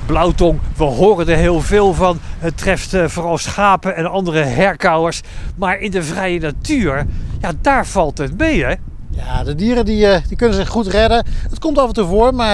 Blauwtong, we horen er heel veel van. Het treft vooral schapen en andere herkauwers. Maar in de vrije natuur, ja, daar valt het mee, hè? Ja, de dieren die kunnen zich goed redden. Het komt af en toe voor, maar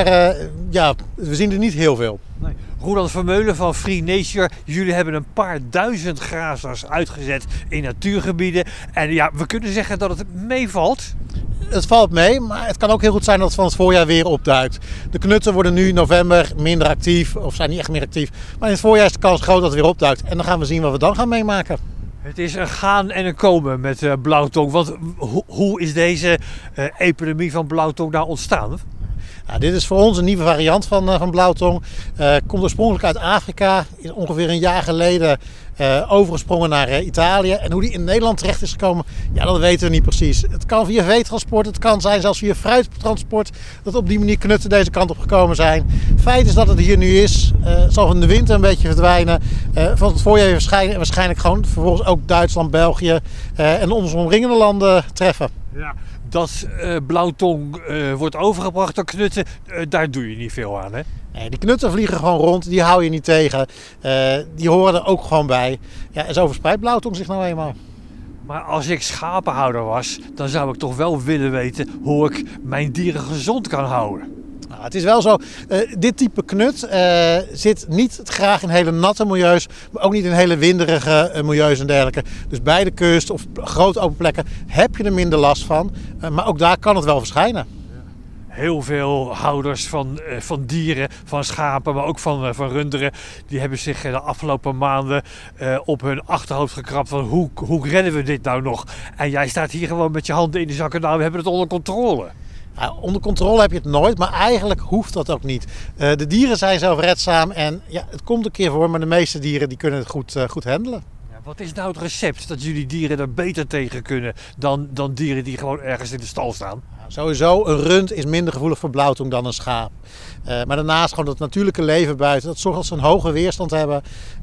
we zien er niet heel veel. Nee. Roeland Vermeulen van Free Nature, jullie hebben een paar duizend grazers uitgezet in natuurgebieden. En ja, we kunnen zeggen dat het meevalt. Het valt mee, maar het kan ook heel goed zijn dat het van het voorjaar weer opduikt. De knutten worden nu in november minder actief, of zijn niet echt meer actief. Maar in het voorjaar is de kans groot dat het weer opduikt. En dan gaan we zien wat we dan gaan meemaken. Het is een gaan en een komen met blauwtong. Want hoe is deze epidemie van blauwtong nou ontstaan? Nou, dit is voor ons een nieuwe variant van blauwtong. Komt oorspronkelijk uit Afrika. Is ongeveer een jaar geleden overgesprongen naar Italië. En hoe die in Nederland terecht is gekomen, ja, dat weten we niet precies. Het kan via veetransport, het kan zijn zelfs via fruittransport. Dat op die manier knutten deze kant op gekomen zijn. Feit is dat het hier nu is. Het zal van de winter een beetje verdwijnen. Van het voorjaar waarschijnlijk gewoon vervolgens ook Duitsland, België en onze omringende landen treffen. Ja. Dat blauwtong wordt overgebracht door knutten, daar doe je niet veel aan, hè? Nee, die knutten vliegen gewoon rond, die hou je niet tegen. Die horen er ook gewoon bij. Ja, en zo verspreidt blauwtong zich nou eenmaal. Maar als ik schapenhouder was, dan zou ik toch wel willen weten hoe ik mijn dieren gezond kan houden. Nou, het is wel zo, dit type knut zit niet graag in hele natte milieus, maar ook niet in hele winderige milieus en dergelijke. Dus bij de kust of grote open plekken heb je er minder last van, maar ook daar kan het wel verschijnen. Heel veel houders van dieren, van schapen, maar ook van runderen, die hebben zich de afgelopen maanden op hun achterhoofd gekrapt van hoe redden we dit nou nog? En jij staat hier gewoon met je handen in de zakken, nou we hebben het onder controle. Ja, onder controle heb je het nooit, maar eigenlijk hoeft dat ook niet. De dieren zijn zelfredzaam en ja, het komt een keer voor, maar de meeste dieren die kunnen het goed handelen. Ja, wat is nou het recept dat jullie dieren er beter tegen kunnen dan dieren die gewoon ergens in de stal staan? Nou, sowieso, een rund is minder gevoelig voor blauwtong dan een schaap. Maar daarnaast gewoon het natuurlijke leven buiten, dat zorgt dat ze een hoge weerstand hebben.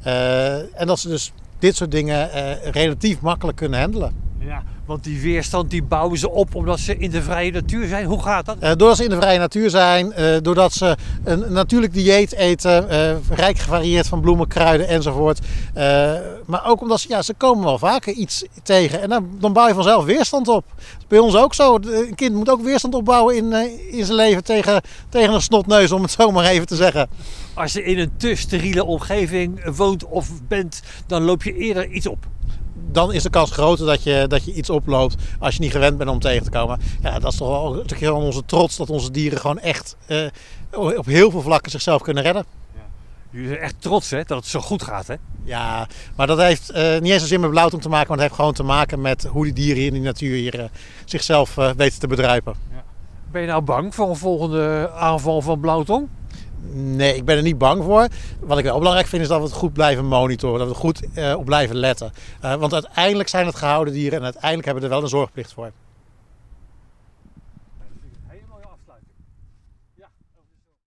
En dat ze dus dit soort dingen relatief makkelijk kunnen handelen. Ja, want die weerstand die bouwen ze op omdat ze in de vrije natuur zijn. Hoe gaat dat? Doordat ze in de vrije natuur zijn, doordat ze een natuurlijk dieet eten, rijk gevarieerd van bloemen, kruiden enzovoort. Maar ook omdat ze komen wel vaker iets tegen en dan bouw je vanzelf weerstand op. Dat is bij ons ook zo. Een kind moet ook weerstand opbouwen in zijn leven tegen een snotneus, om het zo maar even te zeggen. Als je in een te steriele omgeving woont of bent, dan loop je eerder iets op. Dan is de kans groter dat je iets oploopt als je niet gewend bent om tegen te komen. Ja, dat is toch wel een stukje van onze trots dat onze dieren gewoon echt op heel veel vlakken zichzelf kunnen redden. Ja. Jullie zijn echt trots, hè, dat het zo goed gaat, hè? Ja, maar dat heeft niet eens zozeer met blauwtong te maken, maar het heeft gewoon te maken met hoe die dieren hier in de natuur hier zichzelf weten te bedruipen. Ja. Ben je nou bang voor een volgende aanval van blauwtong? Nee, ik ben er niet bang voor. Wat ik wel belangrijk vind is dat we het goed blijven monitoren. Dat we er goed op blijven letten. Want uiteindelijk zijn het gehouden dieren en uiteindelijk hebben we er wel een zorgplicht voor.